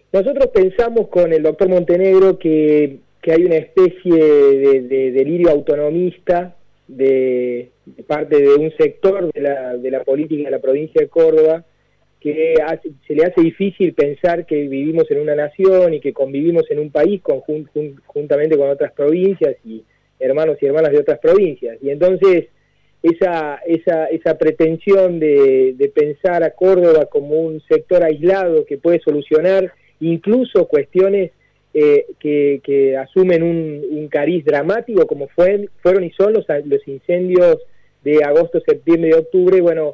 Nosotros pensamos con el doctor Montenegro que hay una especie de delirio autonomista de parte de un sector de la política de la provincia de Córdoba, que se le hace difícil pensar que vivimos en una nación y que convivimos en un país juntamente con otras provincias y hermanos y hermanas de otras provincias. Y entonces esa pretensión de pensar a Córdoba como un sector aislado que puede solucionar incluso cuestiones que asumen un cariz dramático, como fueron y son los incendios de agosto, septiembre y octubre. Bueno,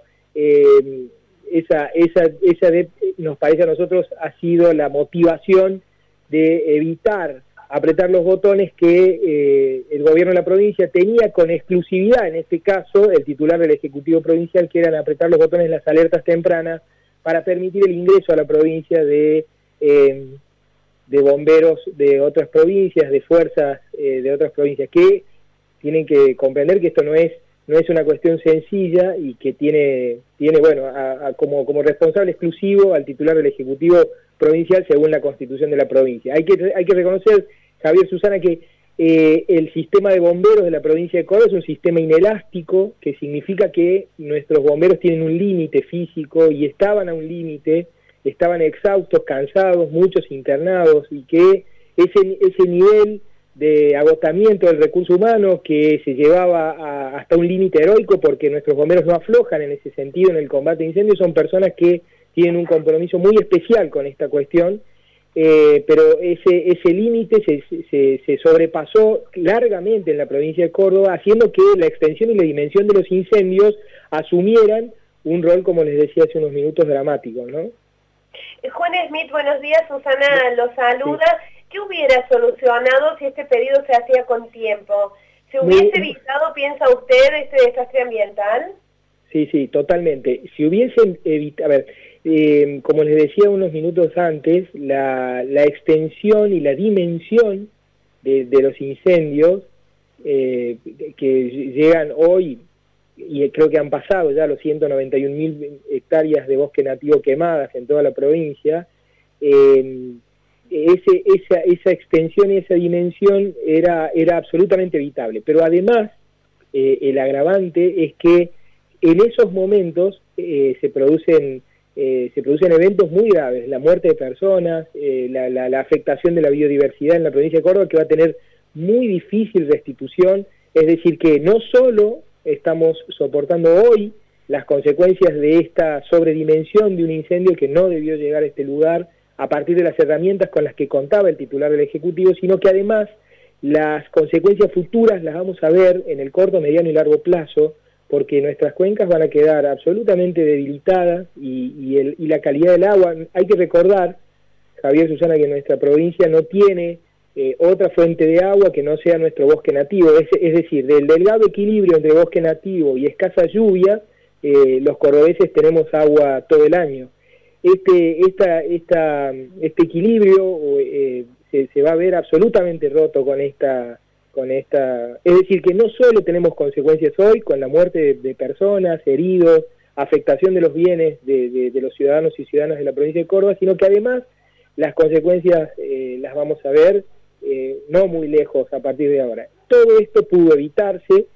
nos parece a nosotros ha sido la motivación de evitar apretar los botones que el gobierno de la provincia tenía con exclusividad, en este caso el titular del Ejecutivo Provincial, que eran apretar los botones en las alertas tempranas para permitir el ingreso a la provincia de bomberos de otras provincias, de fuerzas de otras provincias, que tienen que comprender que esto no es una cuestión sencilla y que tiene bueno, como responsable exclusivo al titular del Ejecutivo Provincial según la Constitución de la provincia. Hay que reconocer, Javier, Susana, que el sistema de bomberos de la provincia de Córdoba es un sistema inelástico, que significa que nuestros bomberos tienen un límite físico y estaban a un límite, estaban exhaustos, cansados, muchos internados, y que ese nivel de agotamiento del recurso humano que se llevaba hasta un límite heroico, porque nuestros bomberos no aflojan en ese sentido en el combate a incendios, son personas que tienen un compromiso muy especial con esta cuestión, pero ese límite se sobrepasó largamente en la provincia de Córdoba, haciendo que la extensión y la dimensión de los incendios asumieran un rol, como les decía hace unos minutos, dramático, ¿no? Juan Smith, buenos días, Susana lo saluda. Sí. ¿Qué hubiera solucionado si este pedido se hacía con tiempo? ¿Se hubiese evitado, piensa usted, este desastre ambiental? Sí, totalmente. Si hubiesen evitado, a ver, como les decía unos minutos antes, la extensión y la dimensión de los incendios que llegan hoy, y creo que han pasado ya los 191.000 hectáreas de bosque nativo quemadas en toda la provincia, esa extensión y esa dimensión era absolutamente evitable. Pero además, el agravante es que en esos momentos se producen eventos muy graves, la muerte de personas, la afectación de la biodiversidad en la provincia de Córdoba, que va a tener muy difícil restitución. Es decir, que no solo estamos soportando hoy las consecuencias de esta sobredimensión de un incendio que no debió llegar a este lugar a partir de las herramientas con las que contaba el titular del Ejecutivo, sino que además las consecuencias futuras las vamos a ver en el corto, mediano y largo plazo, porque nuestras cuencas van a quedar absolutamente debilitadas y la calidad del agua. Hay que recordar, Javier, Susana, que nuestra provincia no tiene otra fuente de agua que no sea nuestro bosque nativo, es decir, del delgado equilibrio entre bosque nativo y escasa lluvia, los cordobeses tenemos agua todo el año. Este equilibrio se va a ver absolutamente roto con esta, es decir, que no solo tenemos consecuencias hoy con la muerte de personas, heridos, afectación de los bienes de los ciudadanos y ciudadanas de la provincia de Córdoba, sino que además las consecuencias las vamos a ver no muy lejos a partir de ahora. Todo esto pudo evitarse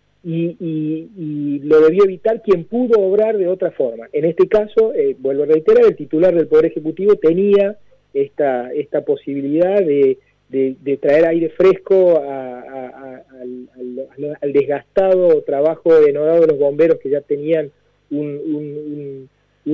y lo debió evitar quien pudo obrar de otra forma. En este caso, vuelvo a reiterar, el titular del Poder Ejecutivo tenía esta posibilidad de traer aire fresco al desgastado trabajo denodado de los bomberos, que ya tenían un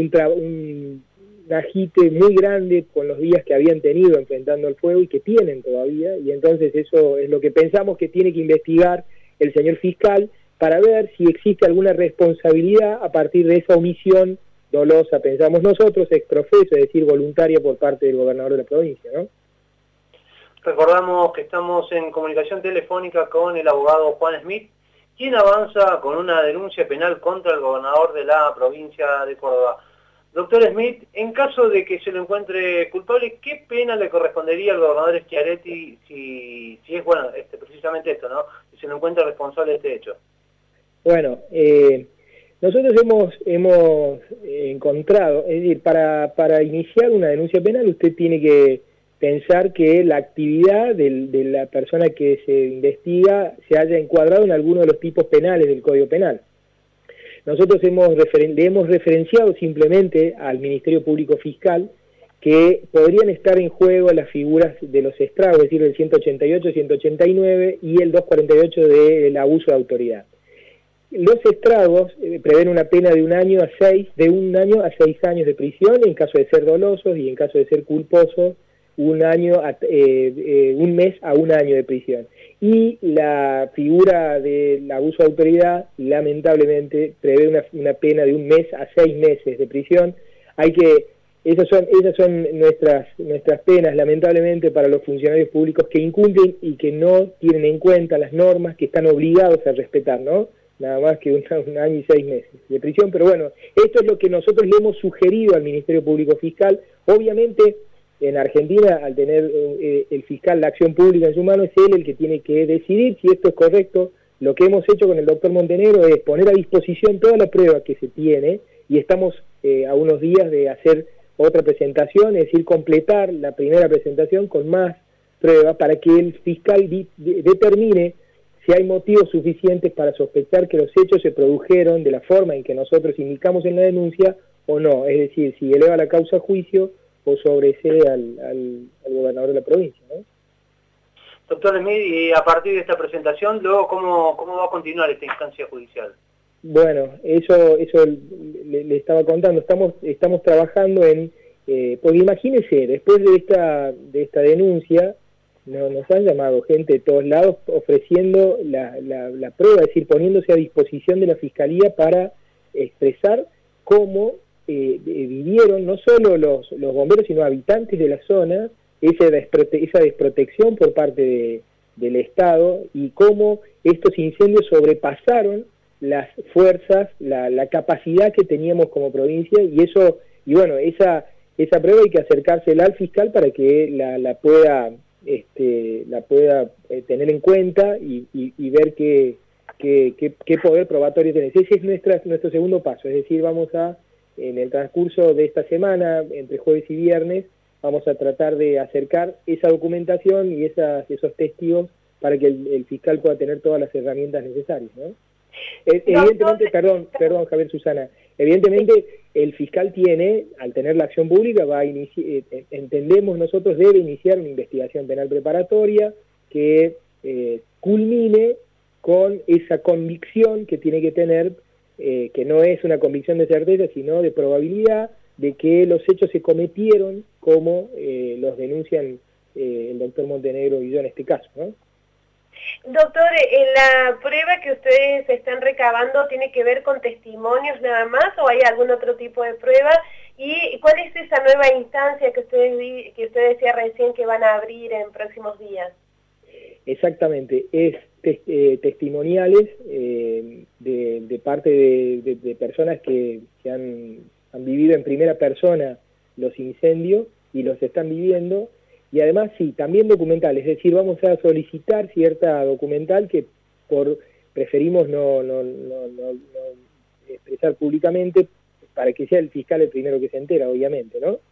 agite muy grande con los días que habían tenido enfrentando el fuego y que tienen todavía, y entonces eso es lo que pensamos que tiene que investigar el señor fiscal para ver si existe alguna responsabilidad a partir de esa omisión dolosa, pensamos nosotros, exprofeso, es decir, voluntaria por parte del gobernador de la provincia, ¿no? Recordamos que estamos en comunicación telefónica con el abogado Juan Smith, quien avanza con una denuncia penal contra el gobernador de la provincia de Córdoba. Doctor Smith, en caso de que se lo encuentre culpable, ¿qué pena le correspondería al gobernador Schiaretti si es, bueno, precisamente esto, ¿no? Si se lo encuentra responsable de este hecho? Bueno, Nosotros hemos encontrado, es decir, para iniciar una denuncia penal usted tiene que pensar que la actividad de la persona que se investiga se haya encuadrado en alguno de los tipos penales del Código Penal. Nosotros le hemos referenciado simplemente al Ministerio Público Fiscal que podrían estar en juego las figuras de los estragos, es decir, el 188, 189 y el 248 del abuso de autoridad. Los estragos prevén una pena de 1 año a 6 años de prisión en caso de ser dolosos y en caso de ser culposos, un mes a 1 año de prisión. Y la figura del abuso de autoridad, lamentablemente, prevé una pena de 1 mes a 6 meses de prisión. Esas son nuestras penas, lamentablemente, para los funcionarios públicos que incumplen y que no tienen en cuenta las normas que están obligados a respetar, ¿no? Nada más que 1 año y 6 meses de prisión. Pero bueno, esto es lo que nosotros le hemos sugerido al Ministerio Público Fiscal. Obviamente, en Argentina, al tener el fiscal la acción pública en su mano, es él el que tiene que decidir si esto es correcto. Lo que hemos hecho con el doctor Montenegro es poner a disposición toda la prueba que se tiene, y estamos a unos días de hacer otra presentación, es decir, completar la primera presentación con más pruebas para que el fiscal determine si hay motivos suficientes para sospechar que los hechos se produjeron de la forma en que nosotros indicamos en la denuncia o no, es decir, si eleva la causa a juicio o sobresee al gobernador de la provincia, ¿no? Doctor Smith, y a partir de esta presentación, luego, ¿cómo va a continuar esta instancia judicial? Bueno, eso le estaba contando. Estamos trabajando porque imagínese, después de esta denuncia, nos han llamado gente de todos lados ofreciendo la prueba, es decir, poniéndose a disposición de la Fiscalía para expresar cómo vivieron no solo los bomberos, sino habitantes de la zona, esa desprotección por parte del Estado, y cómo estos incendios sobrepasaron las fuerzas, la capacidad que teníamos como provincia, y bueno, esa prueba hay que acercársela al fiscal para que la pueda tener en cuenta y ver qué poder probatorio tiene. Ese es nuestro segundo paso, es decir, en el transcurso de esta semana, entre jueves y viernes, vamos a tratar de acercar esa documentación y esos testigos para que el fiscal pueda tener todas las herramientas necesarias, ¿no? Evidentemente, perdón Javier, Susana, evidentemente el fiscal tiene, al tener la acción pública, entendemos nosotros, debe iniciar una investigación penal preparatoria que culmine con esa convicción que tiene que tener, que no es una convicción de certeza, sino de probabilidad de que los hechos se cometieron como los denuncian el doctor Montenegro y yo en este caso, ¿no? Doctor, ¿la prueba que ustedes están recabando tiene que ver con testimonios nada más o hay algún otro tipo de prueba? ¿Y cuál es esa nueva instancia que usted decía recién que van a abrir en próximos días? Exactamente, es testimoniales de parte de personas que han vivido en primera persona los incendios y los están viviendo. Y además, sí, también documental, es decir, vamos a solicitar cierta documental que preferimos no expresar públicamente para que sea el fiscal el primero que se entera, obviamente, ¿no?